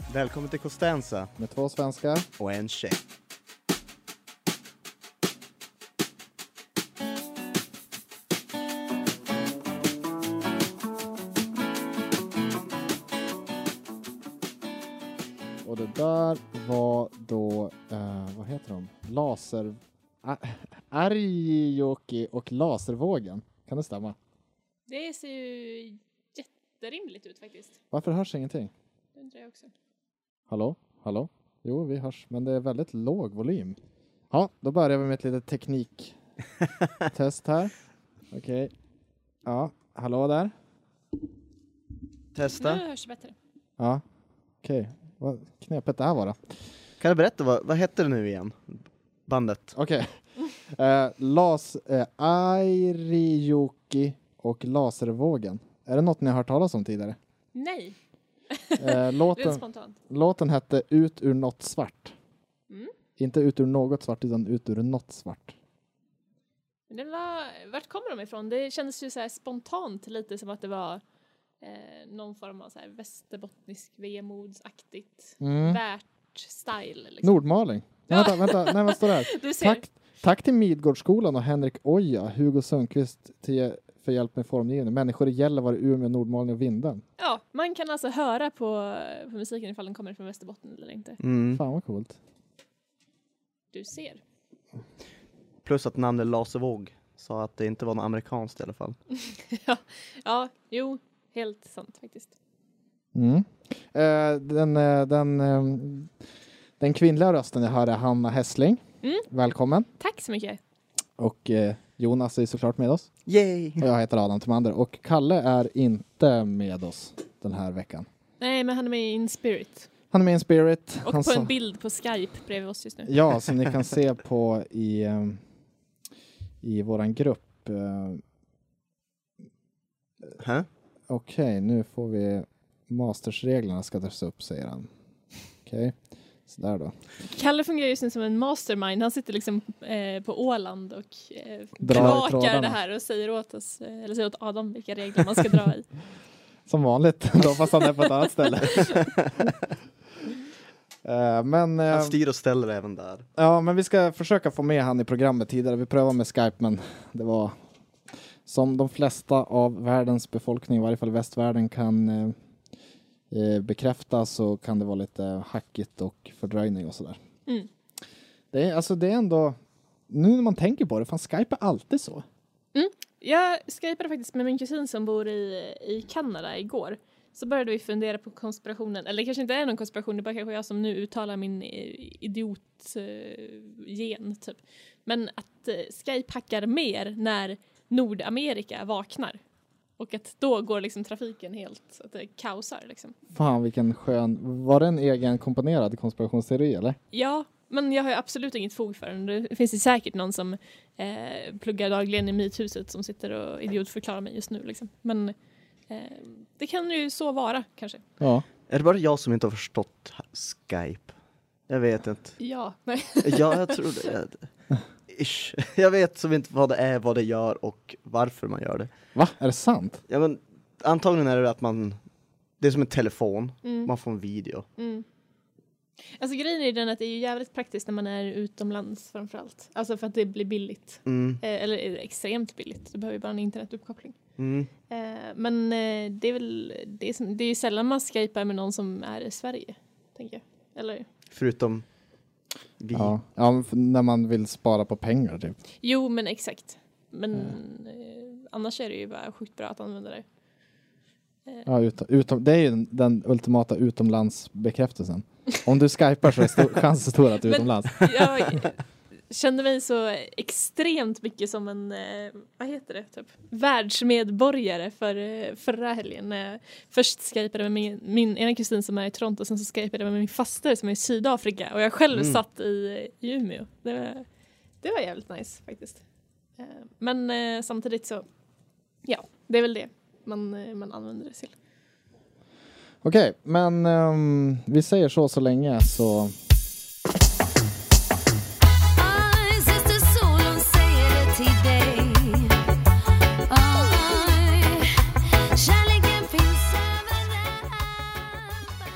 Välkommen till Costanza. Med 2 svenskar. Och en tjej. Och det där var då, vad heter de? Arjoki och Laservågen. Kan det stämma? Det ser ju jätterimligt ut faktiskt. Varför hörs ingenting? Det undrar jag också. Hallå? Jo, vi hörs, men det är väldigt låg volym. Ja, då börjar vi med ett litet tekniktest här. Okej. Ja, hallå där. Testa. Nu hörs det bättre. Ja, okej. Vad knepet det här var då? Kan du berätta, vad hette det nu igen? Bandet. Okej. Arjoki och Laservågen. Är det något ni har hört talas om tidigare? Nej. Det är spontant. Låten hette Ut ur något svart. Mm. Inte ut ur något svart, utan ut ur något svart. Vart kommer de ifrån? Det kändes ju så här spontant, lite som att det var någon form av så här västerbottnisk vemodsaktigt värt-style. Liksom. Nordmaling. Ja. Vänta, nej, vad står det här? Du ser. Tack till Midgårdsskolan och Henrik Oja, Hugo Sundqvist för hjälp med formgivning. Människor i Gällivare, Umeå, Nordmaling och Vindeln. Ja, man kan alltså höra på musiken ifall den kommer från Västerbotten eller inte. Fan vad coolt. Du ser. Plus att namnet Laservåg sa att det inte var något amerikanskt i alla fall. Jo, helt sant faktiskt. Den kvinnliga rösten jag hör är Hanna Hässling. Välkommen. Tack så mycket. Och Jonas är såklart med oss. Yay! Och jag heter Adam Timander. Och Kalle är inte med oss den här veckan. Nej, men han är med in spirit. Han är med in spirit. Och på en bild på Skype bredvid oss just nu. Ja, som ni kan se på i våran grupp. Okej, nu får vi mastersreglerna ska tas upp, säger han. Okej, så där då. Kalle fungerar just nu som en mastermind. Han sitter liksom på Åland och bevakar det här och säger åt oss, eller säger åt Adam vilka regler man ska dra i. Som vanligt, då fast han är på ett annat ställe. Han styr och ställer även där. Ja, men vi ska försöka få med han i programmet tidigare. Vi prövade med Skype, men det var som de flesta av världens befolkning, i varje fall västvärlden, kan bekräfta, så kan det vara lite hackigt och fördröjning och sådär. Det är ändå, nu när man tänker på det, fan, Skype är alltid så. Jag skypade faktiskt med min kusin som bor i Kanada igår. Så började vi fundera på konspirationen. Eller det kanske inte är någon konspiration, det är bara kanske jag som nu uttalar min idiot-gen typ. Men att Skype hackar mer när Nordamerika vaknar. Och att då går liksom trafiken helt, så att det kaosar liksom. Fan, vilken skön. Var det en egen komponerad konspirationsteori, eller? Ja, men jag har ju absolut inget fog för den. Det finns ju säkert någon som pluggar dagligen i Mythuset som sitter och idiotförklarar mig just nu liksom. Men det kan ju så vara, kanske. Ja. Är det bara jag som inte har förstått Skype? Jag vet inte. Ja, nej. Ja, jag tror det. Jag vet som inte vad det är, vad det gör och varför man gör det. Va? Är det sant? Ja, men antagligen är det att det är som en telefon. Man får en video. Alltså grejen är den att det är ju jävligt praktiskt när man är utomlands framförallt. Alltså för att det blir billigt. Eller extremt billigt. Du behöver ju bara en internetuppkoppling. Men det är väl det är ju sällan man skypar med någon som är i Sverige, tänker jag. Eller? Förutom vi. Ja, när man vill spara på pengar typ. Jo, men exakt. Men annars är det ju bara sjukt bra att använda det. Ja, det är ju den ultimata utomlandsbekräftelsen. Om du skypar så är chansen stor att du är utomlands. Jag kände mig så extremt mycket som en, vad heter det, typ världsmedborgare förra helgen. Först skypade med min ena kusin som är i Toronto, sen så skypade jag med min faster som är i Sydafrika. Och jag själv satt i Umeå. Det var jävligt nice faktiskt. Men samtidigt så, ja, det är väl det man använder det till. Okej, men vi säger så länge så...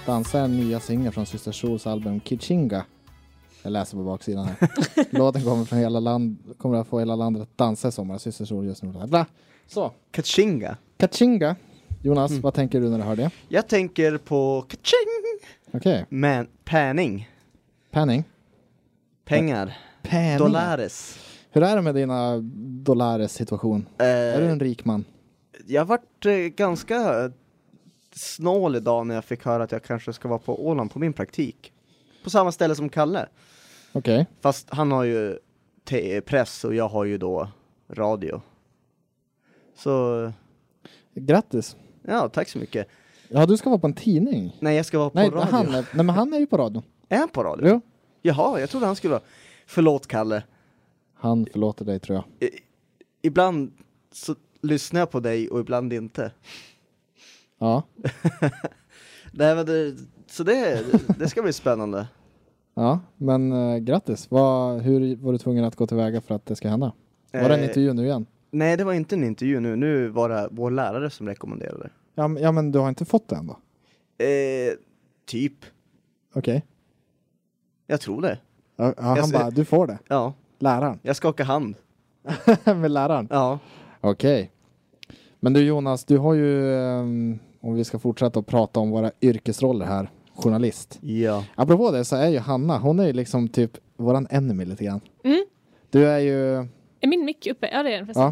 Dansa är en nya singel från Syster Sols album Kichinga. Jag läser på baksidan här. Låten kommer från kommer att få hela landet att dansa i sommar. Syster Sol just nu. Bla. Så. Kachinga. Jonas, vad tänker du när du hör det? Jag tänker på kaching. Okej. Men penning. Penning. Pengar. Penning. Dollares. Hur är det med dina dollares situation? Är du en rik man? Jag varit ganska snål idag när jag fick höra att jag kanske ska vara på Åland på min praktik. På samma ställe som Kalle. Okej. Fast han har ju press och jag har ju då radio. Så Grattis. ja, tack så mycket. Ja, du ska vara på en tidning. Nej, jag ska vara på Nej, radio. men han är ju på radio. Är han på radio? Jo. Jaha, jag trodde han skulle vara. Förlåt, Kalle. Han förlåter dig, tror jag. Ibland så lyssnar jag på dig och ibland inte. Ja. Nej, men det ska bli spännande. Ja, men grattis. Hur var du tvungen att gå tillväga för att det ska hända? Var det en intervju nu igen? Nej, det var inte en intervju nu. Nu var det vår lärare som rekommenderade. Ja, men du har inte fått det än då? Typ. Okej. Jag tror det. Ja, han bara, du får det. Ja. Läraren. Jag skakar hand. Med läraren? Ja. Okej. Men du Jonas, du har ju, om vi ska fortsätta att prata om våra yrkesroller här, journalist. Ja. Apropå det så är ju Hanna, hon är ju liksom typ våran enemy lite grann. Mm. Du är ju... Är min mick uppe? Ja, det är den förresten.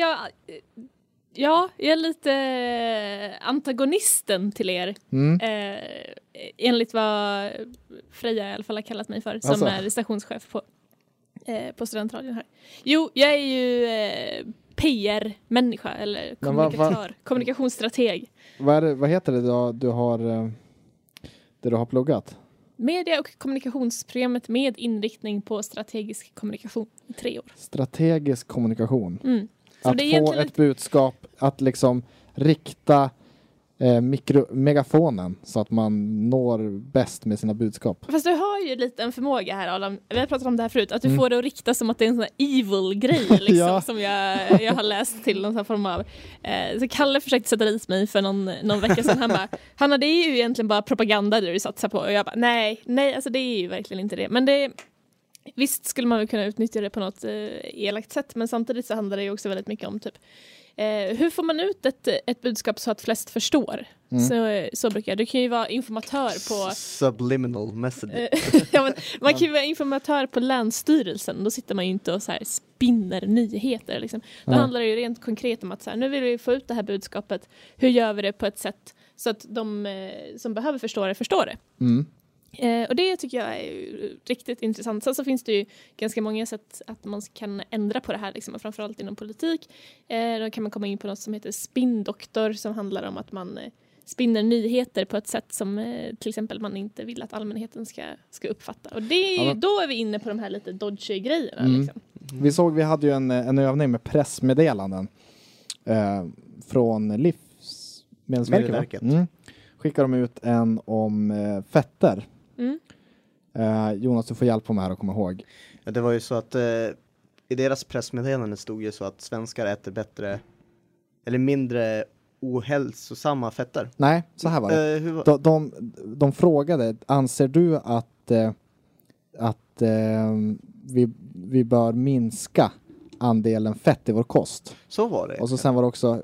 Ja, jag är lite antagonisten till er. Enligt vad Freja i alla fall har kallat mig för. Som är stationschef på studentradion här. Jo, jag är ju PR-människa eller kommunikatör. Kommunikationsstrateg. Vad heter det du har pluggat? Media- och kommunikationsprogrammet med inriktning på strategisk kommunikation i 3 år. Strategisk kommunikation. Så att det är få ett budskap, att liksom rikta megafonen så att man når bäst med sina budskap. Fast du har ju lite en förmåga här, Adam. Vi har pratat om det här förut. Att du får det att rikta som att det är en sån här evil-grej liksom, Ja. som jag har läst till någon sån form av. Så Kalle försökte sätta dit mig för någon vecka sedan. Han bara, Hanna, det är ju egentligen bara propaganda du satsar på. Och jag bara, nej, alltså det är ju verkligen inte det. Men visst skulle man väl kunna utnyttja det på något elakt sätt. Men samtidigt så handlar det ju också väldigt mycket om typ hur får man ut ett budskap så att flest förstår? Så brukar jag. Du kan ju vara informatör på... Subliminal message. Ja, men man kan ju vara informatör på länsstyrelsen. Då sitter man ju inte och så här spinner nyheter. Liksom. Då handlar det ju rent konkret om att så här, nu vill vi få ut det här budskapet. Hur gör vi det på ett sätt så att de som behöver förstår det? Och det tycker jag är ju riktigt intressant. Sen så finns det ju ganska många sätt att man kan ändra på det här. Liksom, och framförallt inom politik. Då kan man komma in på något som heter spindoktor. Som handlar om att man spinner nyheter på ett sätt som till exempel man inte vill att allmänheten ska uppfatta. Och då är vi inne på de här lite dodgy grejerna. Liksom. Vi hade ju en övning med pressmeddelanden från Livsmedelsverket. Skickar de ut en om fetter. Jonas, du får hjälpa mig här att komma ihåg. Ja, det var ju så att i deras pressmeddelande stod ju så att svenskar äter bättre eller mindre ohälsosamma fetter. Nej, så här var det. De frågade, anser du att vi bör minska andelen fett i vår kost? Så var det. Och så sen var det också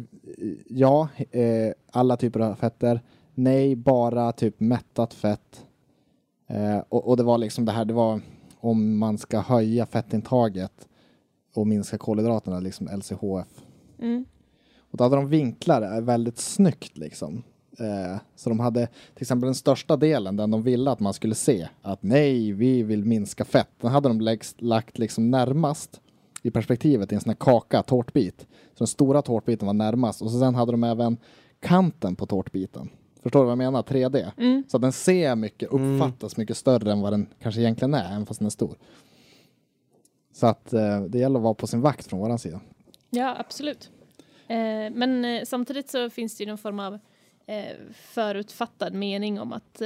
alla typer av fetter. Nej, bara typ mättat fett. Och det var liksom det var om man ska höja fettintaget och minska kolhydraterna, liksom LCHF. Och då hade de vinklar väldigt snyggt liksom. Så de hade till exempel den största delen, den de ville att man skulle se. Att nej, vi vill minska fett. Den hade de lagt liksom närmast i perspektivet i en sån här tårtbit. Så den stora tårtbiten var närmast. Och så sen hade de även kanten på tårtbiten. Förstår du vad jag menar? 3D. Så att den ser mycket, uppfattas mycket större än vad den kanske egentligen är, även fast den är stor. Så att det gäller att vara på sin vakt från våran sida. Ja, absolut. Men samtidigt så finns det ju någon form av förutfattad mening om att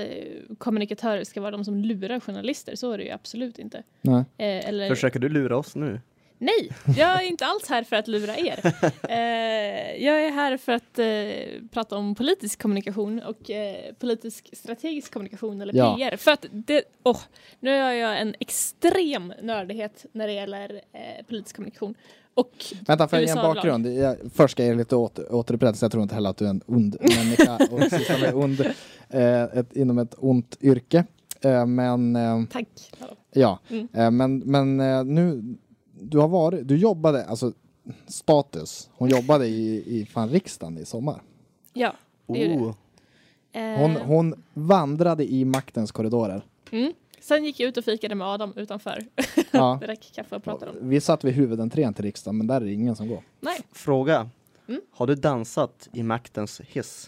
kommunikatörer ska vara de som lurar journalister. Så är det ju absolut inte. Nej. Eller... Försöker du lura oss nu? Nej, jag är inte alls här för att lura er. Jag är här för att prata om politisk kommunikation och politisk strategisk kommunikation eller PR. För att nu har jag en extrem nördighet när det gäller politisk kommunikation. Och vänta, för att ge en bakgrund. Först ska jag ge lite återupprättelse. Jag tror inte heller att du är en ond människa och sysslar med inom ett ont yrke. Tack. Ja, men nu du jobbade, alltså status. Hon jobbade i riksdagen i sommar. Ja, det gjorde hon vandrade i maktens korridorer. Sen gick jag ut och fikade med Adam utanför. Ja. Det räcker kaffe och prata om. Vi satt vid huvudentrén till riksdagen, men där är det ingen som går. Nej. Fråga. Har du dansat i maktens hiss?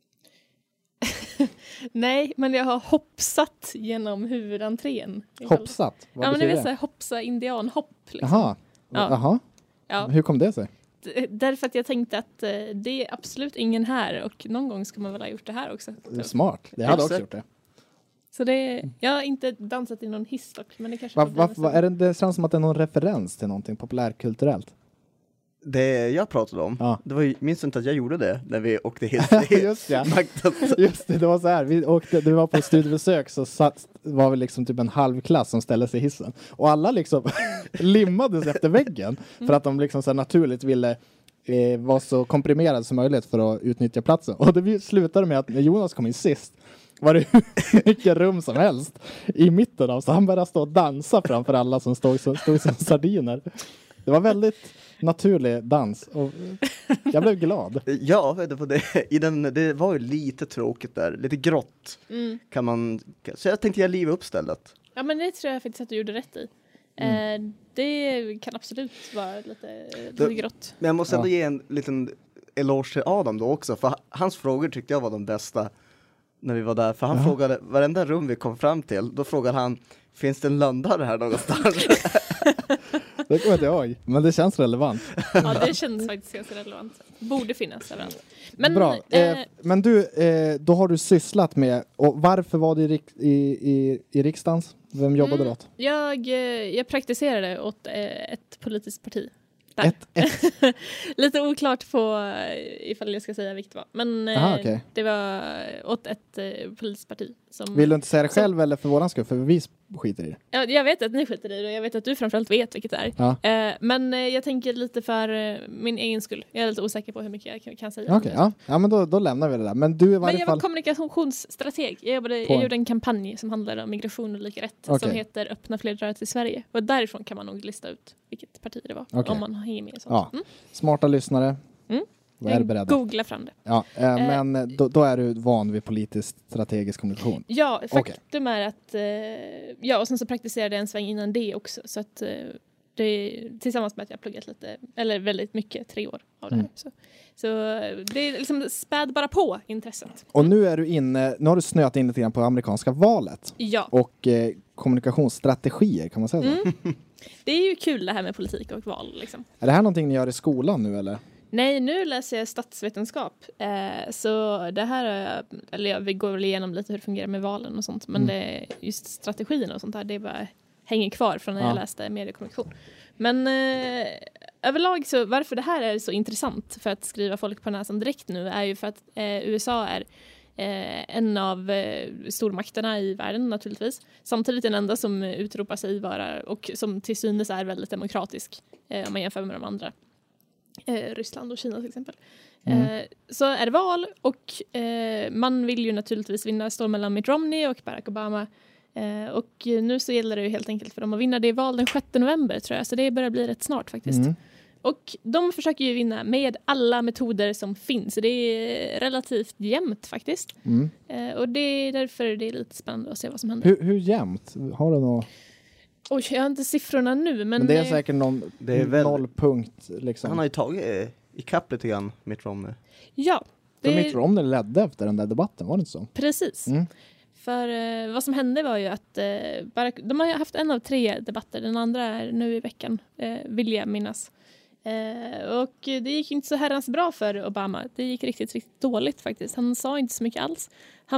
Nej, men jag har hoppsat genom huvudentrén. Hoppsat? Vad men det betyder vill säga hopsa indianhopp. Liksom. Jaha. Jaha. Ja. Hur kom det sig? Därför att jag tänkte att det är absolut ingen här och någon gång ska man väl ha gjort det här också. Det är smart. Det hade också gjort det. Så jag har inte dansat i någon hiss dock, men det kanske det känns som att det är någon referens till någonting populärkulturellt. Det jag pratade om, det var minns inte att jag gjorde det när vi åkte hiss. Just det, det var så här. Det var på studiebesök så var vi liksom typ en halv klass som ställde sig i hissen. Och alla liksom limmades efter väggen för att de liksom så naturligt ville vara så komprimerade som möjligt för att utnyttja platsen. Och det slutade med att när Jonas kom in sist var det hur mycket rum som helst i mitten av, så han började stå och dansa framför alla som stod som sardiner. Det var väldigt naturlig dans och jag blev glad. Ja, det var ju lite tråkigt där, lite grått så jag tänkte jag liva upp stället. Ja, men det tror jag faktiskt att du gjorde rätt i. Det kan absolut vara lite grått. Men jag måste ändå ge en liten eloge till Adam då också, för hans frågor tyckte jag var de bästa när vi var där, för han frågade varenda rum vi kom fram till, då frågade han, finns det en lönnare här någonstans? Det kommer jag inte ihåg, men det känns relevant. Ja, det känns faktiskt ganska relevant. Borde finnas överallt. Men, bra. Men du, då har du sysslat med, och varför var du i riksdagens? Vem jobbade du åt? Jag praktiserade åt ett politiskt parti. Lite oklart på ifall jag ska säga vilket det var. Men det var åt ett politiskt parti. Vill du inte säga det själv eller för våran skull? För vi skiter i det. Ja, jag vet att ni skiter i det och jag vet att du framförallt vet vilket det är. Ja. Men jag tänker lite för min egen skull. Jag är lite osäker på hur mycket jag kan säga. Okej, ja, men då lämnar vi det där. Men du jag var kommunikationsstrateg. Jag gjorde en kampanj som handlar om migration och lika rätt som heter Öppna fler dörrar till Sverige. Och därifrån kan man nog lista ut vilket parti det var. Om man hänger med. Sånt. Ja. Smarta lyssnare. Googla fram det. Ja, men då är du van vid politisk strategisk kommunikation. Ja, faktum är att och sen så praktiserade jag en sväng innan det också, så att det tillsammans med att jag pluggat lite eller väldigt mycket 3 år av det här. Så det är liksom späd bara på intresset. Och nu har du snöat in lite grann på amerikanska valet. Ja. Och kommunikationsstrategier, kan man säga så? Det är ju kul det här med politik och val liksom. Är det här någonting ni gör i skolan nu eller? Nej, nu läser jag statsvetenskap. Så det här, vi går väl igenom lite hur det fungerar med valen och sånt. Men det, just strategierna och sånt där, det bara hänger kvar från när jag läste mediekommunikation. Men överlag så, varför det här är så intressant för att skriva folk på näsan direkt nu är ju för att USA är en av stormakterna i världen naturligtvis. Samtidigt den enda som utropar sig vara och som till synes är väldigt demokratisk om man jämför med de andra. Ryssland och Kina till exempel. Så är det val och man vill ju naturligtvis vinna, stå mellan Mitt Romney och Barack Obama. Och nu så gäller det ju helt enkelt för dem att vinna. Det är val den 6 november tror jag, så det börjar bli rätt snart faktiskt. Och de försöker ju vinna med alla metoder som finns. Det är relativt jämnt faktiskt. Och det är därför det är lite spännande att se vad som händer. Hur jämnt? Har du något? Oj, jag har inte siffrorna nu. Men det är säkert nollpunkt. Liksom. Han har ju tagit i kapp lite grann, Mitt Romney. Ja. Mitt Romney ledde efter den där debatten, var det inte så? Precis. För vad som hände var ju att de har haft en av 3 debatter. Den andra är nu i veckan, vill jag minnas. Och det gick inte så herrans bra för Obama. Det gick riktigt, riktigt dåligt faktiskt. Han sa inte så mycket alls.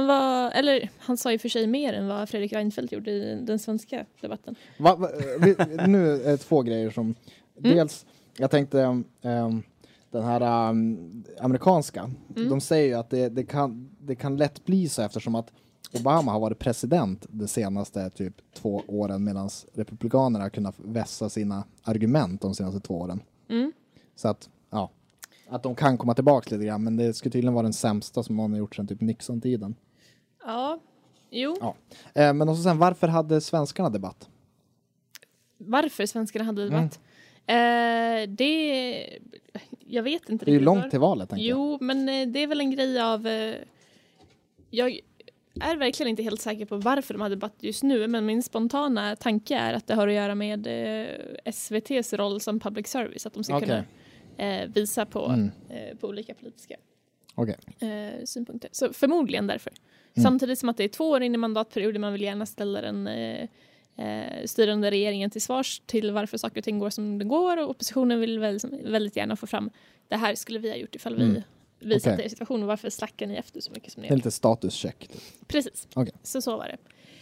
Han sa ju för sig mer än vad Fredrik Reinfeldt gjorde i den svenska debatten. Nu är det 2 grejer som Dels, jag tänkte den här amerikanska, de säger ju att det kan lätt bli så eftersom att Obama har varit president de senaste typ 2 åren medan republikanerna har kunnat vässa sina argument de senaste 2 åren. Så att, att de kan komma tillbaka lite grann, men det skulle tydligen vara den sämsta som man har gjort sedan typ Nixon-tiden. Ja, jo. Ja. Men också sen, varför hade svenskarna debatt? Varför svenskarna hade debatt? Jag vet inte. Det är ju långt till valet, tänker jag. Jo, men det är väl en grej av... jag är verkligen inte helt säker på varför de hade debatt just nu, men min spontana tanke är att det har att göra med SVT:s roll som public service, att de ska kunna visa på olika politiska synpunkter. Så förmodligen därför. Samtidigt som att det är 2 år in i mandatperioden, man vill gärna ställa den styrande regeringen till svars till varför saker och ting går som det går, och oppositionen vill väldigt gärna få fram det här skulle vi ha gjort ifall vi satt i situationen, varför slackar ni efter så mycket som ni gör? Det är lite statuscheck. Precis, så var det.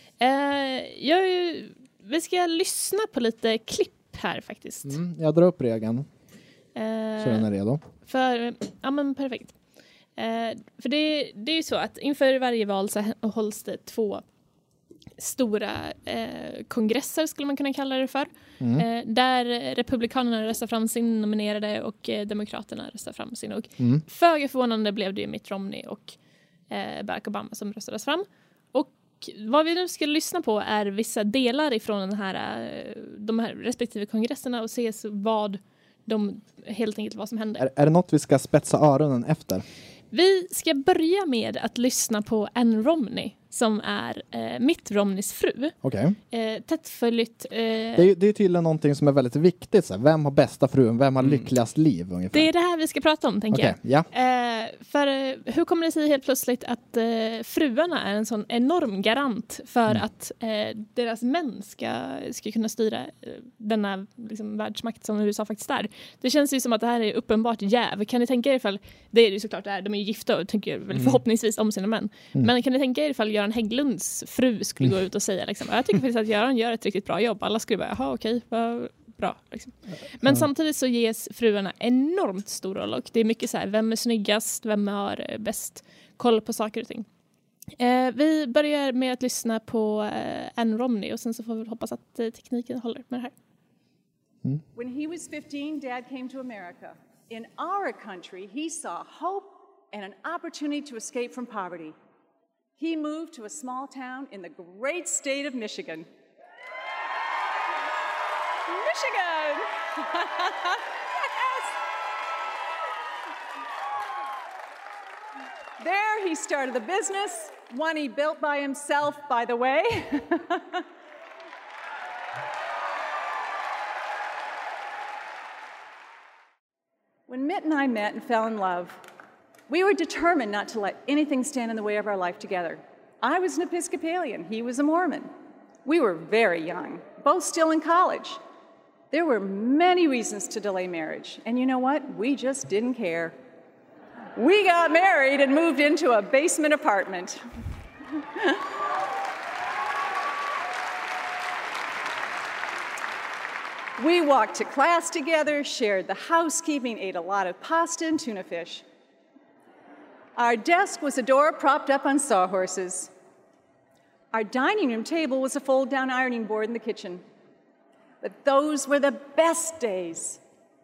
Vi ska lyssna på lite klipp här faktiskt. Jag drar upp regeln. Så den är redo. Ja, men perfekt. För det är ju så att inför varje val så hålls det 2 stora kongresser, skulle man kunna kalla det för. Där republikanerna röstar fram sin nominerade och demokraterna röstar fram sin. Och föga förvånande blev det ju Mitt Romney och Barack Obama som röstades fram. Och vad vi nu ska lyssna på är vissa delar ifrån de här respektive kongresserna och se vad som händer. Är det något vi ska spetsa öronen efter? Vi ska börja med att lyssna på Ann Romney som är Mitt Romneys fru. Okej. Tätt följt. Det är tydligen någonting som är väldigt viktigt. Så här. Vem har bästa frun? Vem har lyckligast liv? Ungefär. Det är det här vi ska prata om, tänker jag. Ja. För hur kommer det sig helt plötsligt att fruarna är en sån enorm garant för att deras män ska kunna styra denna liksom, världsmakt som USA faktiskt är? Det känns ju som att det här är uppenbart jäv. Kan ni tänka er ifall, det är ju såklart det här, de är gifta och tänker väl förhoppningsvis om sina män. Men kan ni tänka er ifall Göran Hägglunds fru skulle gå ut och säga liksom, jag tycker faktiskt att Göran gör ett riktigt bra jobb. Alla skulle bara, jaha okej, vad bra. Liksom. Men samtidigt så ges fruarna enormt stor roll och det är mycket så här, vem är snyggast, vem har bäst koll på saker och ting. Vi börjar med att lyssna på Ann Romney och sen så får vi hoppas att tekniken håller med det här. When he was 15, Dad came to America. In our country, he saw hope and an opportunity to escape from poverty. He moved to a small town in the great state of Michigan. Michigan! Yes! There he started the business, one he built by himself, by the way. When Mitt and I met and fell in love, we were determined not to let anything stand in the way of our life together. I was an Episcopalian, he was a Mormon. We were very young, both still in college. There were many reasons to delay marriage, and you know what? We just didn't care. We got married and moved into a basement apartment. We walked to class together, shared the housekeeping, ate a lot of pasta and tuna fish. Our desk was a door propped up on sawhorses. Our dining room table was a fold-down ironing board in the kitchen. But those were the best days.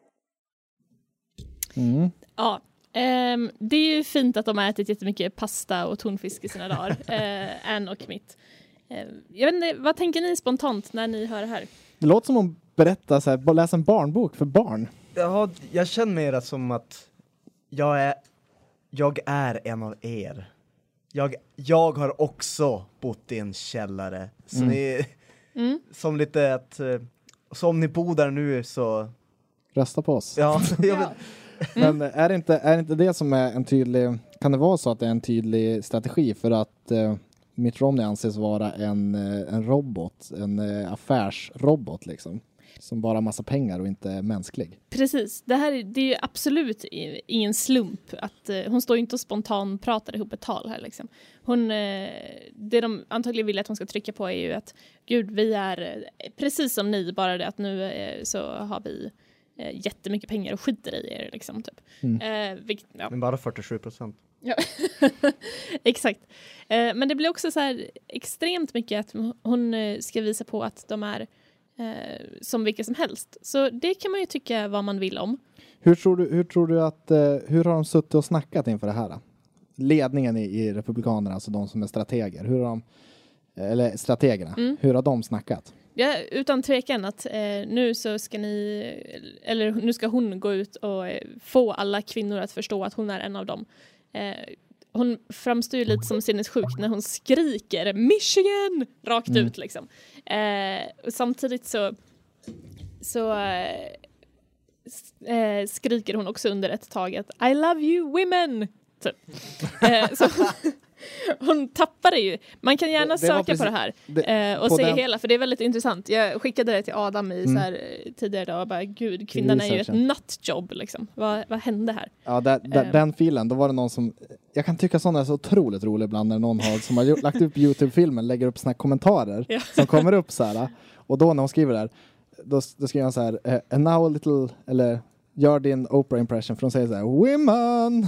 Ja, det är ju fint att de har ätit jättemycket pasta och tonfisk i sina dagar. Ann och Mitt. Jag vet inte, vad tänker ni spontant när ni hör det här? Det låter som om berätta så här, bara läsa en barnbok för barn. Ja, jag känner mer som att jag är en av er. Jag har också bott i en källare. Så ni, som lite att, så om ni bor där nu så... Rösta på oss. Ja, Men är inte det som är en tydlig... Kan det vara så att det är en tydlig strategi för att Mitt Romney anses vara en robot, en affärsrobot liksom? Som bara har massa pengar och inte är mänsklig. Precis, det är ju absolut ingen slump att hon står ju inte och spontant pratar ihop ett tal här liksom. Det de antagligen vill att hon ska trycka på är ju att gud, vi är precis som ni, bara det att nu så har vi jättemycket pengar och skiter i er liksom typ. Men bara 47%. Ja. Exakt. Men det blir också så här extremt mycket att hon ska visa på att de är som vilka som helst. Så det kan man ju tycka vad man vill om. Hur tror du att hur har de suttit och snackat inför det här då? Ledningen i Republikanerna, alltså de som är strateger. Eller strategerna. Hur har de snackat? Ja, utan tvekan att nu så ska nu ska hon gå ut och få alla kvinnor att förstå att hon är en av dem. Hon framstår ju lite som sinnessjuk när hon skriker Michigan rakt ut liksom. Och samtidigt så skriker hon också under ett tag att I love you women typ. Så hon tappar det ju. Man kan gärna söka på det här och se hela, för det är väldigt intressant. Jag skickade det till Adam i så här tidigare idag och bara, gud, kvinnan är ju ett nutjobb liksom. Vad hände här? Ja, den filen, då var det någon som, jag kan tycka sådana är så otroligt rolig ibland när någon som har lagt upp YouTube-filmen lägger upp såna här kommentarer som kommer upp så här. Och då när hon skriver där, då skriver han så här, and now a little, eller gör din Oprah impression, för de säger så här, women!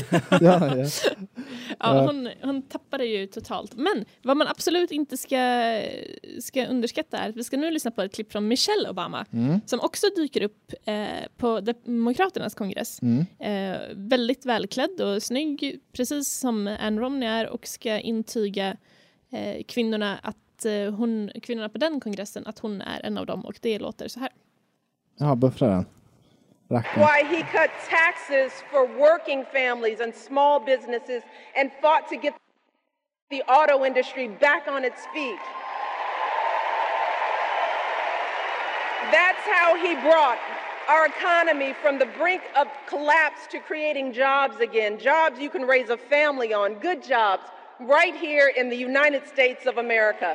Ja, hon tappar det ju totalt. Men vad man absolut inte ska underskatta är att vi ska nu lyssna på ett klipp från Michelle Obama som också dyker upp på Demokraternas kongress. Väldigt välklädd och snygg, precis som Ann Romney är, och ska intyga kvinnorna på den kongressen att hon är en av dem, och det låter så här. Ja, buffrar den. Why he cut taxes for working families and small businesses and fought to get the auto industry back on its feet. That's how he brought our economy from the brink of collapse to creating jobs again. Jobs you can raise a family on, good jobs, right here in the United States of America.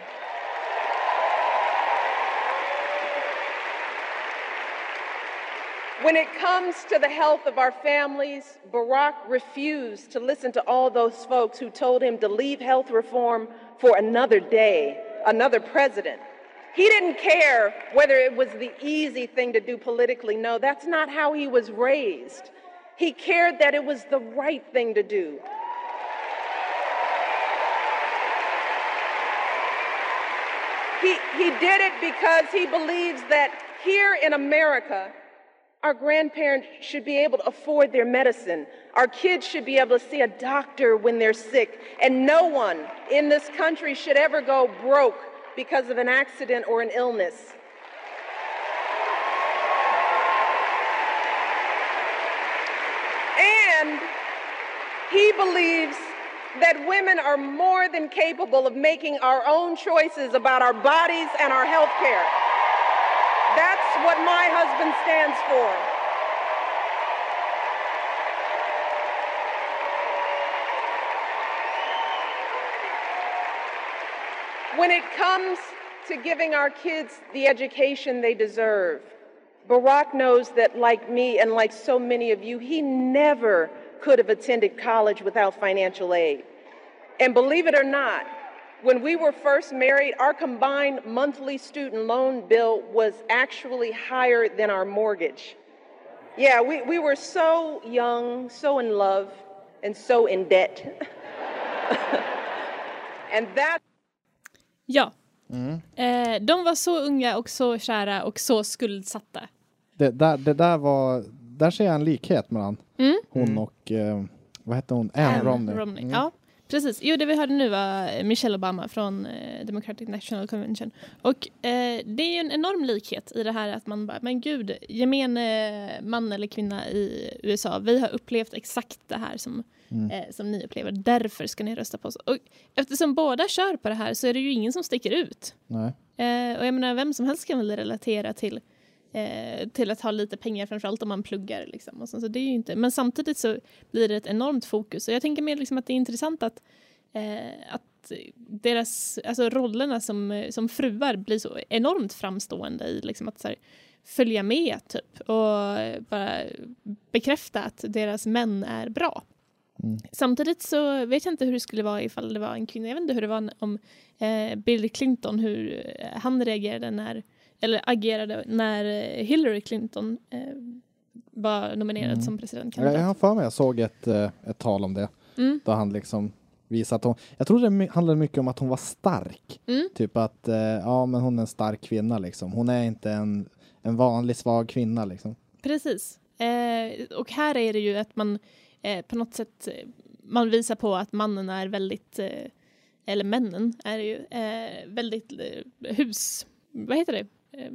When it comes to the health of our families, Barack refused to listen to all those folks who told him to leave health reform for another day, another president. He didn't care whether it was the easy thing to do politically. No, that's not how he was raised. He cared that it was the right thing to do. He did it because he believes that here in America, our grandparents should be able to afford their medicine. Our kids should be able to see a doctor when they're sick. And no one in this country should ever go broke because of an accident or an illness. And he believes that women are more than capable of making our own choices about our bodies and our health care. That's what my husband stands for. When it comes to giving our kids the education they deserve, Barack knows that, like me and like so many of you, he never could have attended college without financial aid. And believe it or not, when we were first married, our combined monthly student loan bill was actually higher than our mortgage. Yeah, we were so young, so in love, and so in debt. And that... Ja. De var så unga och så kära och så skuldsatta. Det där ser jag en likhet mellan hon och vad hette hon? Ann Romney. Ja, precis. Jo, det vi hörde nu var Michelle Obama från Democratic National Convention. Och det är ju en enorm likhet i det här att man bara, men gud, gemene man eller kvinna i USA, vi har upplevt exakt det här som ni upplever. Därför ska ni rösta på oss. Och eftersom båda kör på det här så är det ju ingen som sticker ut. Nej. Och jag menar, vem som helst kan väl relatera till att ha lite pengar, framförallt om man pluggar liksom. Och så det är ju inte, men samtidigt så blir det ett enormt fokus. Och jag tänker mer liksom att det är intressant att deras, alltså rollerna som fruar blir så enormt framstående i liksom att så här, följa med typ och bara bekräfta att deras män är bra. Samtidigt så vet jag inte hur det skulle vara ifall det var en kvinna. Jag vet inte hur det var om Bill Clinton, hur han reagerade när eller agerade när Hillary Clinton var nominerad som presidentkandidat. Jag har för mig, jag såg ett tal om det. Då han liksom visade att hon, jag tror det handlade mycket om att hon var stark. Typ att, men hon är en stark kvinna liksom. Hon är inte en vanlig svag kvinna liksom. Precis. Och här är det ju att man på något sätt man visar på att mannen är väldigt eller männen är ju väldigt vad heter det?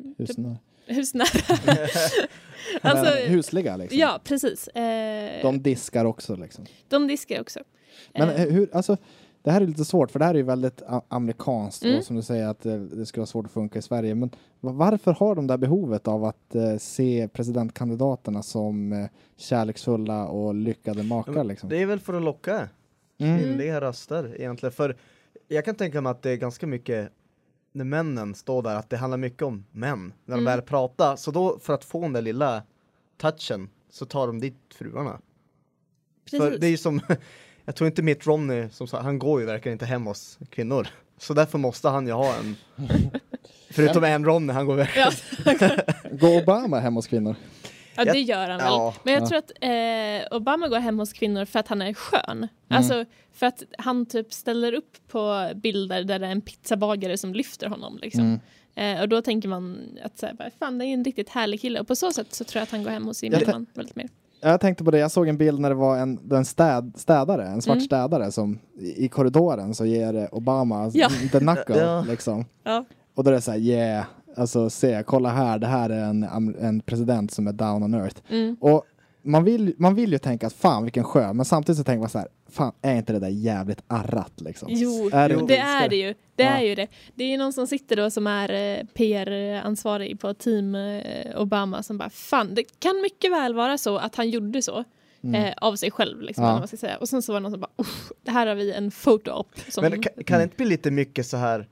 Husnära. Alltså, husliga liksom. Ja, precis. De diskar också liksom. De diskar också. Men hur, alltså det här är lite svårt för det här är ju väldigt amerikanskt och som du säger att det skulle vara svårt att funka i Sverige. Men varför har de där behovet av att se presidentkandidaterna som kärleksfulla och lyckade makar liksom? Det är väl för att locka kvinnliga röster egentligen. För jag kan tänka mig att det är ganska mycket när männen står där, att det handlar mycket om män. När de väl pratar. Så då för att få den där lilla touchen så tar de dit fruarna. Precis. För det är ju som... Jag tror inte Mitt Romney, som sagt, han går ju verkligen inte hem hos kvinnor. Så därför måste han ju ha en... Förutom en Romney, han går verkligen... Går Obama hem hos kvinnor? Ja, det gör han väl. Ja. Men jag tror att Obama går hem hos kvinnor för att han är skön. Alltså för att han typ ställer upp på bilder där det är en pizzabagare som lyfter honom liksom. Och då tänker man att så här, fan, det är en riktigt härlig kille. Och på så sätt så tror jag att han går hem hos sin man väldigt mer. Jag tänkte på det, jag såg en bild när det var en städare, en svart städare som i korridoren så ger Obama the knuckle liksom. Ja. Och då är det så här, alltså kolla här, det här är en president som är down on earth. Och man vill ju tänka att fan vilken sjö, men samtidigt så tänker man så här, fan är inte det där jävligt arrat liksom? Jo, det är det ju. Det är ju det. Det är ju någon som sitter då som är PR-ansvarig på team Obama som bara, fan, det kan mycket väl vara så att han gjorde så av sig själv liksom, eller vad man ska säga. Och sen så var det någon som bara, det här har vi en photo-op. Men kan det inte bli lite mycket så här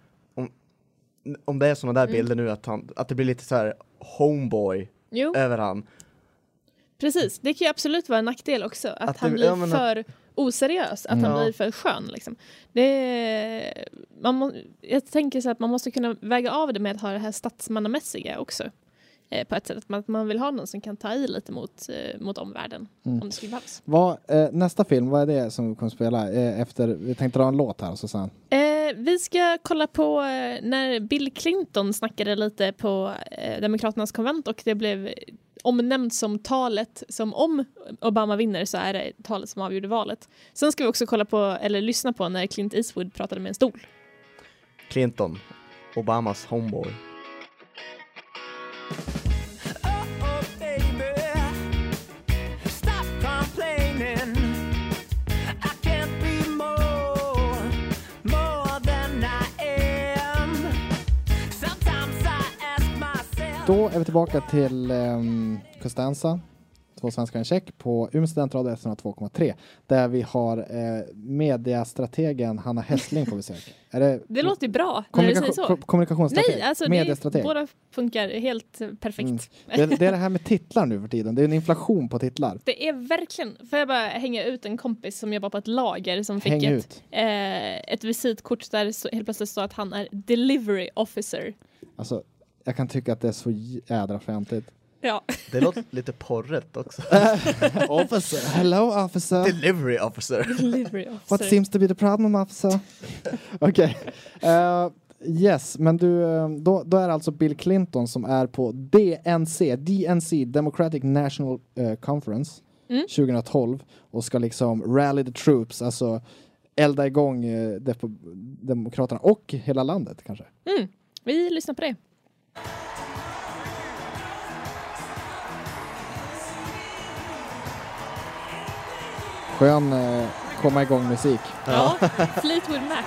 om det är såna där bilder nu att det blir lite så här homeboy över han. Precis, det kan ju absolut vara en nackdel också. Att han blir för oseriös. Att han blir för skön. Liksom. Jag tänker så att man måste kunna väga av det med att ha det här statsmannamässiga också. På ett sätt att man vill ha någon som kan ta i lite mot omvärlden. Om det skulle behövas. Nästa film, vad är det som vi kommer spela? Vi tänkte dra en låt här och så sen. Vi ska kolla på när Bill Clinton snackade lite på Demokraternas konvent och det blev omnämnt som talet som om Obama vinner så är det talet som avgjorde valet. Sen ska vi också lyssna på när Clint Eastwood pratade med en stol. Clinton, Obamas homeboy. Då är vi tillbaka till Costanza, Två svenskar en check på Umeå studentradio 102,3 där vi har mediastrategen Hanna Hessling på besök. Det låter ju bra när du säger så. Kommunikationsstrateg. Nej, alltså mediastrateg. Båda funkar helt perfekt. Det är det här med titlar nu för tiden. Det är en inflation på titlar. Det är verkligen. Får jag bara hänga ut en kompis som jobbar på ett lager som fick ett visitkort där så helt plötsligt står att han är delivery officer. Alltså, jag kan tycka att det är så jädra fjantigt. Ja. Det låter lite porret också. Officer. Hello, officer. Delivery officer. Delivery officer. What seems to be the problem, officer? Okej. Yes, men då är det alltså Bill Clinton som är på DNC, Democratic National Conference 2012 och ska liksom rally the troops, alltså elda igång demokraterna och hela landet kanske. Vi lyssnar på det. Skön komma igång musik. Ja, Fleetwood Mac.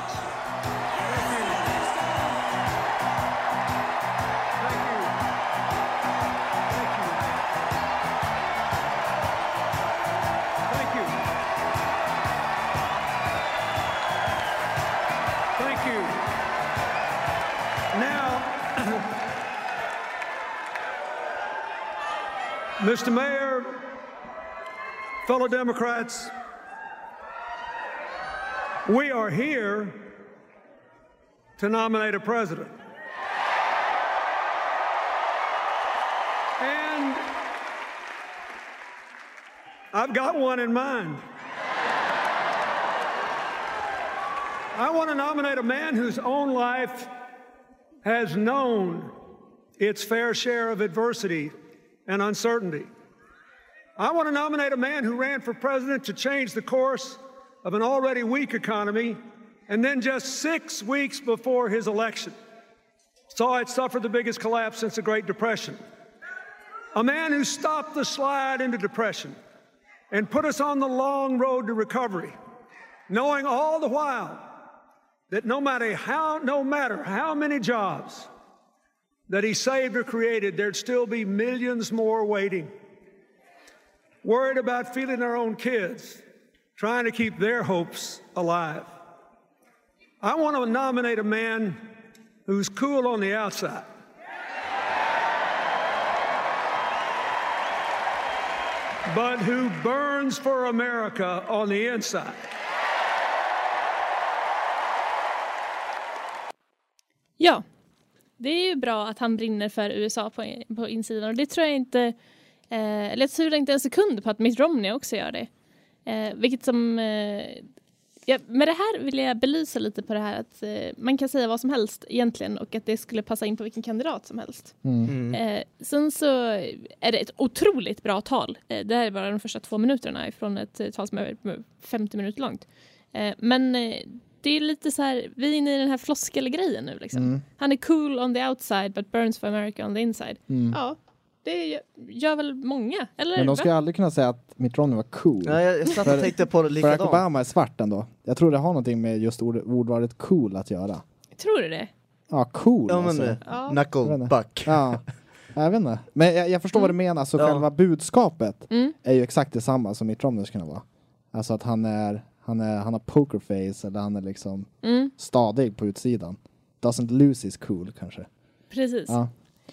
Mr. Mayor, fellow Democrats, we are here to nominate a president. I've got one in mind. I want to nominate a man whose own life has known its fair share of adversity and uncertainty. I want to nominate a man who ran for president to change the course of an already weak economy, and then just 6 weeks before his election saw it suffer the biggest collapse since the Great Depression. A man who stopped the slide into depression and put us on the long road to recovery, knowing all the while that no matter how many jobs that he saved or created, there'd still be millions more waiting, worried about feeding their own kids, trying to keep their hopes alive. I want to nominate a man who's cool on the outside, but who burns for America on the inside. Ja, det är ju bra att han brinner för USA på insidan. Och det tror jag inte, eller jag tror inte en sekund på att Mitt Romney också gör det. Vilket som, ja, med det här vill jag belysa lite på det här att man kan säga vad som helst egentligen och att det skulle passa in på vilken kandidat som helst. Sen så är det ett otroligt bra tal. Det här är bara de första 2 minuterna från ett tal som är 50 minuter långt. Men det är lite så här, vi är inne i den här floskelgrejen nu liksom. Han är cool on the outside but burns for America on the inside. Ja, det gör väl många. Eller, men de ska aldrig kunna säga att Mitt Romney var cool. Ja, jag satt och tänkte på det likadant. Barack Obama är svart ändå. Jag tror det har någonting med just ordvalet cool att göra. Tror du det? Ja, cool. Ja, men alltså. knucklebuck. Ja, jag vet inte. Men jag förstår vad du menar. Så själva budskapet är ju exakt detsamma som Mitt Romney ska vara. Alltså att han har pokerface eller han är liksom stadig på utsidan. Doesn't lose his cool kanske. Precis. Ja.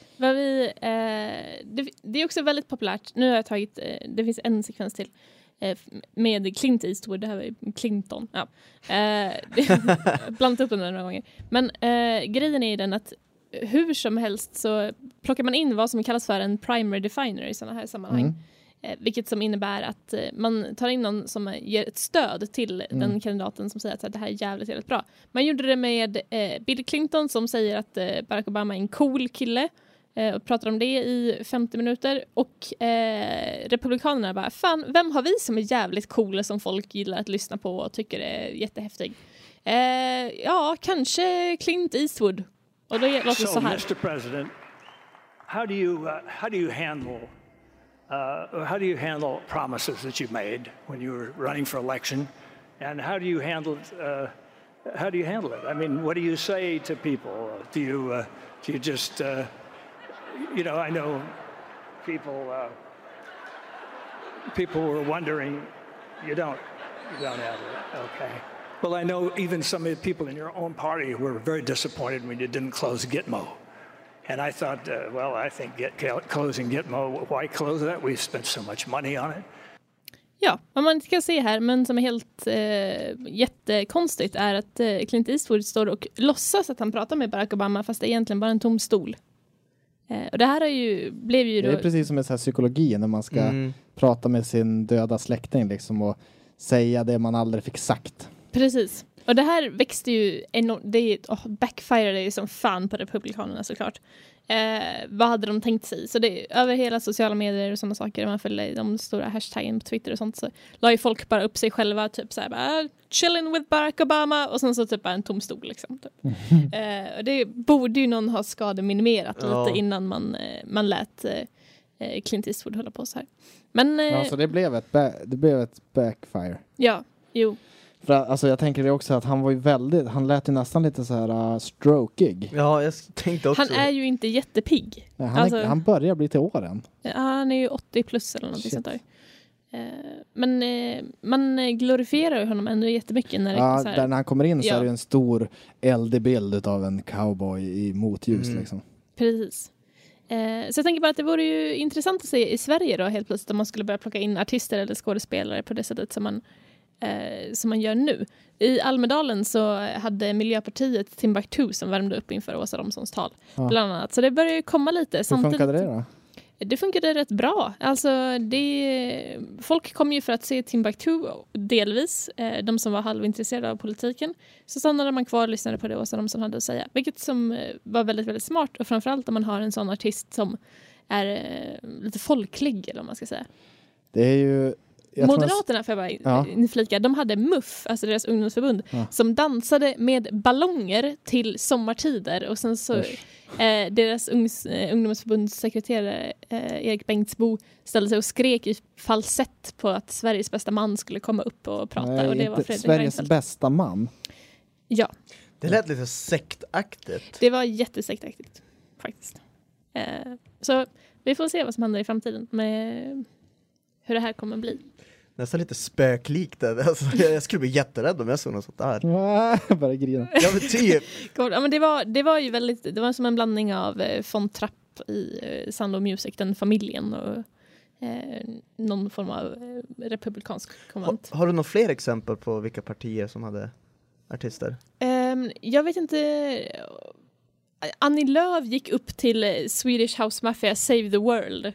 Det är också väldigt populärt. Nu har jag tagit, det finns en sekvens till med Clint Eastwood. Det här var ju Clinton. Ja. Blandat upp den några gånger. Men grejen är den att hur som helst så plockar man in vad som kallas för en primary definer i sådana här sammanhang. Vilket som innebär att man tar in någon som ger ett stöd till den kandidaten som säger att det här är jävligt bra. Man gjorde det med Bill Clinton som säger att Barack Obama är en cool kille och pratar om det i 50 minuter. Och republikanerna bara, fan, vem har vi som är jävligt cool som folk gillar att lyssna på och tycker är jättehäftig? Ja, kanske Clint Eastwood. Och då låter det så här. Mr. President, how do you handle promises that you made when you were running for election, and how do you handle it? I mean, what do you say to people? Do you just I know people were wondering. You don't have it. Okay. Well, I know even some of the people in your own party were very disappointed when you didn't close Gitmo. And I thought, I think closing Gitmo, why close that? We've spent so much money on it. Ja, vad man inte kan se här, men som är helt jättekonstigt är att Clint Eastwood står och låtsas att han pratar med Barack Obama fast det är egentligen bara en tom stol. Och det här blev ju då... Det är precis som en så här psykologi när man ska prata med sin döda släkting liksom, och säga det man aldrig fick sagt. Precis. Och det här växte ju backfirade ju som fan på republikanerna såklart. Vad hade de tänkt sig? Så det över hela sociala medier och sådana saker, man följer de stora hashtaggen på Twitter och sånt, så la ju folk bara upp sig själva typ så här bara, chilling with Barack Obama, och sen så typ bara en tom stol liksom typ. Och det borde ju någon ha skademinimerat lite innan man lät Clint Eastwood hålla på så här. Men så det blev ett backfire. Ja, jo. För alltså jag tänker det också att han var ju han lät ju nästan lite så här strokig. Ja, jag tänkte också. Han är ju inte jättepigg. Nej, han börjar bli till åren. Ja, han är ju 80 plus eller någonting sånt där. Men man glorifierar ju honom ändå jättemycket när det så här. Där när han kommer in så är det en stor eldig bild av en cowboy i motljus liksom. Precis. Så jag tänker bara att det vore ju intressant att se i Sverige då helt plötsligt om man skulle börja plocka in artister eller skådespelare på det sättet som man gör nu. I Almedalen så hade Miljöpartiet Timbuktu som värmde upp inför Åsa Romsons tal. Bland annat. Så det börjar ju komma lite. Hur funkade det då? det funkade rätt bra. Alltså folk kom ju för att se Timbuktu delvis. De som var halvintresserade av politiken. Så stannade man kvar och lyssnade på det och de som hade att säga. Vilket som var väldigt, väldigt smart. Och framförallt om man har en sån artist som är lite folklig, eller vad man ska säga. Det är ju... Moderaterna, för jag bara inflika, de hade MUF, alltså deras ungdomsförbund, som dansade med ballonger till sommartider. Och sen så deras ungdomsförbundssekreterare Erik Bengtsbo ställde sig och skrek i falsett på att Sveriges bästa man skulle komma upp och prata. Nej, och det var Sveriges Reinfeldt. Bästa man? Ja. Det lät lite sektaktigt. Det var jättesektaktigt, faktiskt. Så vi får se vad som händer i framtiden med hur det här kommer bli. Nästan lite spöklikt. Alltså, jag skulle bli jätterädd om jag såg något sånt där. Bara grina. Ja, men typ. Ja, men det var ju väldigt, det var som en blandning av von Trapp i Sound of Music, den familjen, och någon form av republikansk konvent. Har du några fler exempel på vilka partier som hade artister? Jag vet inte. Annie Lööf gick upp till Swedish House Mafia Save the World.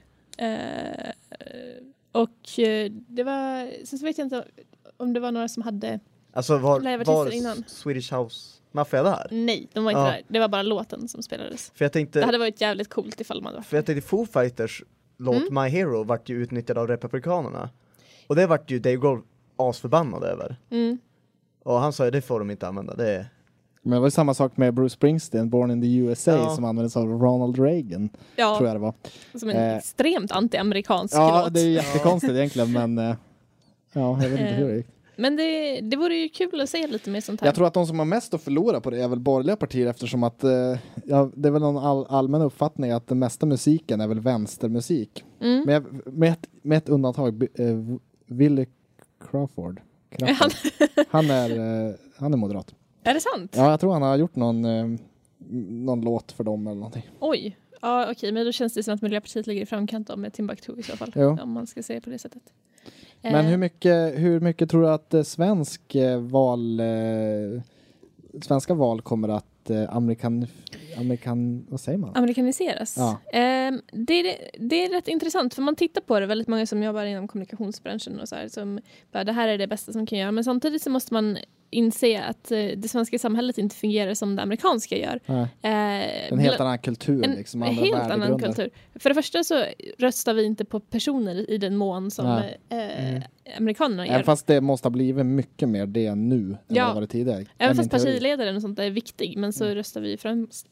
Och det var, sen så vet jag inte om det var några som hade var innan. Swedish House Mafia där? Nej, de var inte där. Det var bara låten som spelades. För jag tänkte, det hade varit jävligt coolt ifall man var. För jag tänkte Foo Fighters låt My Hero vart ju utnyttjad av republikanerna. Och det vart ju Dave Grohl asförbannad över. Och han sa ju, det får de inte använda. Men det var ju samma sak med Bruce Springsteen, Born in the USA, som användes av Ronald Reagan, tror jag det var. Som en extremt anti-amerikansk låt. Ja, det är jättekonstigt egentligen, men jag vet inte hur det gick. Men det vore ju kul att se lite mer sånt här. Jag tror att de som har mest att förlora på det är väl borgerliga partier, eftersom att det är väl någon allmän uppfattning att den mesta musiken är väl vänstermusik. Med ett undantag, Willie Crawford. Han är moderat. Är det sant? Ja, jag tror han har gjort någon låt för dem eller någonting. Oj, ja okej, men då känns det som att Miljöpartiet ligger i framkant med Timbuktu i så fall. Jo. Om man ska se på det sättet. Men hur mycket tror du att svenska val kommer att vad säger man? Amerikaniseras? Ja. Det är rätt intressant, för man tittar på det, väldigt många som jobbar inom kommunikationsbranschen och så här, som bara, det här är det bästa som kan göra, men samtidigt så måste man inse att det svenska samhället inte fungerar som det amerikanska gör. En helt annan kultur. En helt annan kultur. För det första så röstar vi inte på personer i den mån som amerikanerna gör. Även fast det måste ha blivit mycket mer det nu än vad var det tidigare. Även fast partiledaren och sånt är viktig, men så röstar vi främst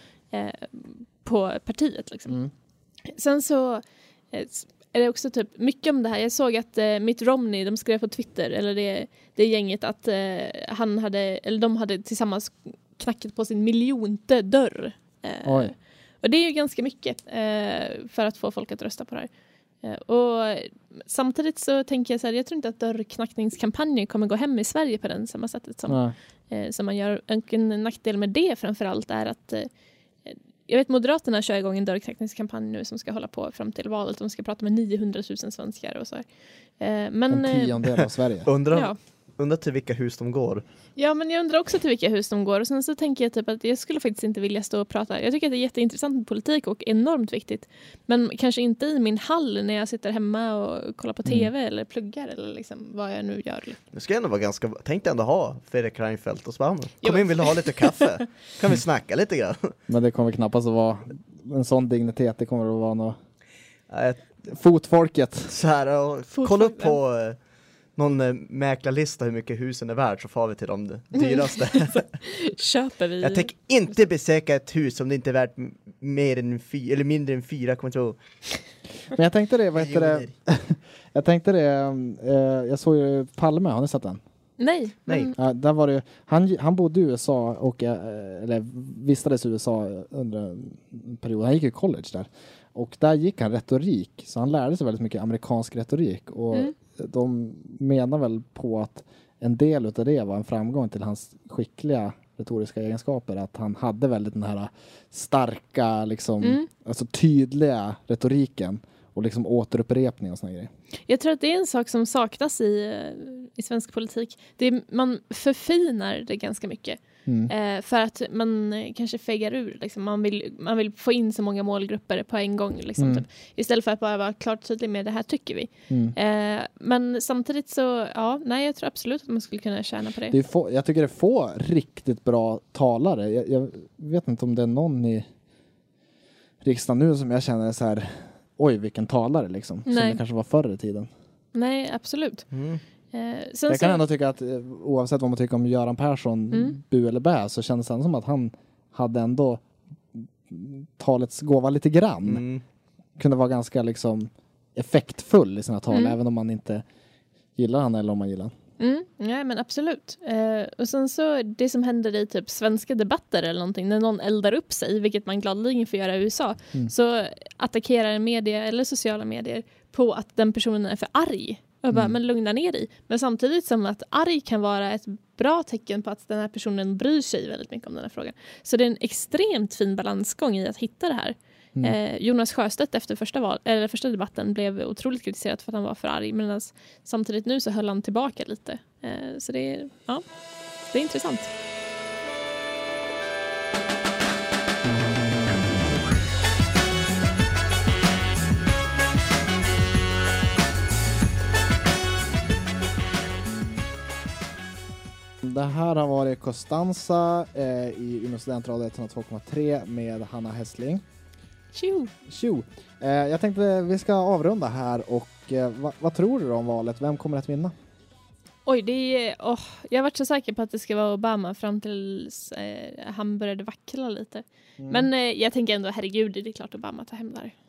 på partiet liksom. Sen så är det också typ mycket om det här. Jag såg att Mitt Romney, de skrev på Twitter, eller det gänget, att de hade tillsammans knackat på sin miljonte dörr. Och det är ju ganska mycket för att få folk att rösta på det här. Och samtidigt så tänker jag så här, jag tror inte att dörrknackningskampanjer kommer gå hem i Sverige på den samma sättet som man gör. En nackdel med det framförallt är att jag vet Moderaterna kör igång en dörrknackningskampanj nu som ska hålla på fram till valet. De ska prata med 900 000 svenskar och så här. Men, en tiondel av Sverige. Undrar till vilka hus de går. Ja, men jag undrar också till vilka hus de går. Och sen så tänker jag typ att jag skulle faktiskt inte vilja stå och prata. Jag tycker att det är jätteintressant med politik och enormt viktigt. Men kanske inte i min hall när jag sitter hemma och kollar på tv eller pluggar eller liksom vad jag nu gör. Det ska ändå vara ganska... Tänkte ändå ha Fredrik Reinfeldt och Spanien. Kom in, vill du ha lite kaffe? Kan vi snacka lite grann? Men det kommer knappast att vara en sån dignitet. Det kommer att vara något... Fotfolket. Så här, kolla upp på... någon mäklarlista hur mycket husen är värt, så får vi till de dyraste. Köper vi. Jag tänker inte besöka ett hus som det inte är värt mer än eller mindre än 4,2. Men jag tänkte det, vad heter det? Jag såg ju Palme, har ni sett den? Nej. Ja, där var det, han bodde i USA och eller vistades i USA under en period. Han gick i college där. Och där gick han retorik, så han lärde sig väldigt mycket amerikansk retorik, och de menar väl på att en del av det var en framgång till hans skickliga retoriska egenskaper, att han hade väldigt den här starka liksom, alltså tydliga retoriken, och liksom återupprepning och såna grejer. Jag tror att det är en sak som saknas i svensk politik. Man förfinar det ganska mycket. För att man kanske fegar ur. Liksom. Man vill få in så många målgrupper på en gång. Liksom, typ. Istället för att bara vara klart tydlig med det här tycker vi. Men samtidigt så, jag tror absolut att man skulle kunna tjäna på det. Jag tycker det är få riktigt bra talare. Jag vet inte om det är någon i riksdagen nu som jag känner så här, oj vilken talare liksom. Som det kanske var förr i tiden. Nej, absolut. Jag kan ändå tycka att oavsett vad man tycker om Göran Persson, bu eller bä, så kändes det som att han hade ändå talets gåva lite grann. Kunde vara ganska liksom effektfull i sina tal, även om man inte gillar han eller om man gillar han. Ja, men absolut. Och sen så det som händer i typ svenska debatter eller någonting, när någon eldar upp sig, vilket man gladeligen får göra i USA, så attackerar media eller sociala medier på att den personen är för arg. Och bara, men lugna ner dig. Men samtidigt som att arg kan vara ett bra tecken på att den här personen bryr sig väldigt mycket om den här frågan. Så det är en extremt fin balansgång i att hitta det här. Jonas Sjöstedt efter första debatten blev otroligt kritiserad för att han var för arg. Men samtidigt nu så höll han tillbaka lite. Så det är intressant. Det här har varit Costanza i Umeå studentradio 102,3 med Hanna Hessling. Tjo! Jag tänkte vi ska avrunda här och vad tror du om valet? Vem kommer att vinna? Oj, jag har varit så säker på att det ska vara Obama fram tills han började vackla lite. Men jag tänker ändå, herregud, det är klart Obama tar hem där.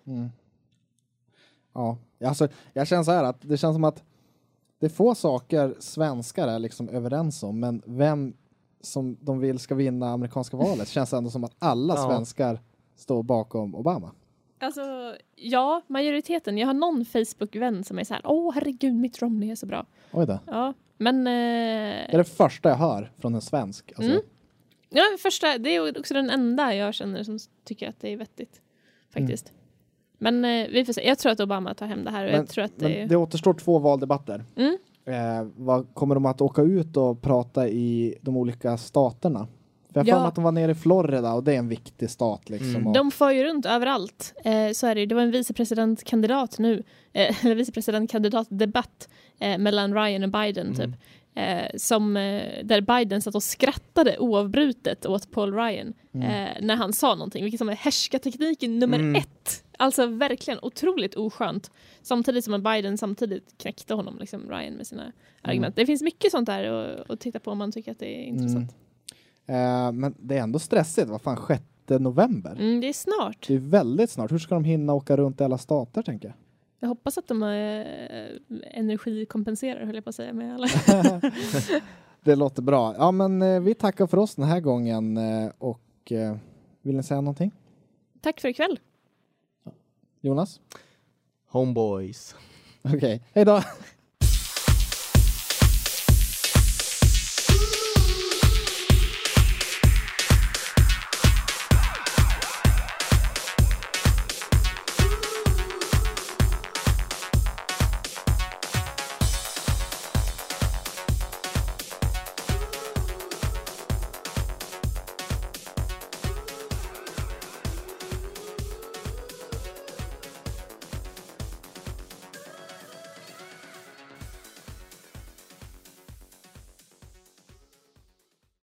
Ja, alltså, jag känner så här att det känns som att det är få saker svenskar är liksom överens om, men vem som de vill ska vinna amerikanska valet känns ändå som att alla svenskar står bakom Obama. Alltså, ja, majoriteten. Jag har någon Facebook-vän som är så här, herregud, Mitt Romney är så bra. Oj då. Ja, men... Det är det första jag hör från en svensk. Alltså. Ja, det är också den enda jag känner som tycker att det är vettigt. Faktiskt. Men vi får se. Jag tror att Obama tar hem det här. Och jag tror att det återstår 2 valdebatter. Kommer de att åka ut och prata i de olika staterna? För jag får att de var nere i Florida och det är en viktig stat. Liksom, De får ju runt överallt. Så är det. Det var en vicepresidentkandidat nu. Eller vicepresidentkandidatdebatt mellan Ryan och Biden typ. Där Biden satt och skrattade oavbrutet åt Paul Ryan när han sa någonting, vilket som är härskartekniken nummer 1. Alltså verkligen otroligt oskönt. Samtidigt som Biden samtidigt knäckte honom, liksom Ryan, med sina argument. Det finns mycket sånt där att titta på om man tycker att det är intressant. Men det är ändå stressigt. Vad fan, 6 november? Det är snart. Det är väldigt snart. Hur ska de hinna åka runt i alla stater, tänker jag? Jag hoppas att de energikompenserar, höll jag på att säga, med alla. Det låter bra. Ja, men vi tackar för oss den här gången och vill ni säga någonting? Tack för ikväll. Jonas? Homeboys. Okej, hej då!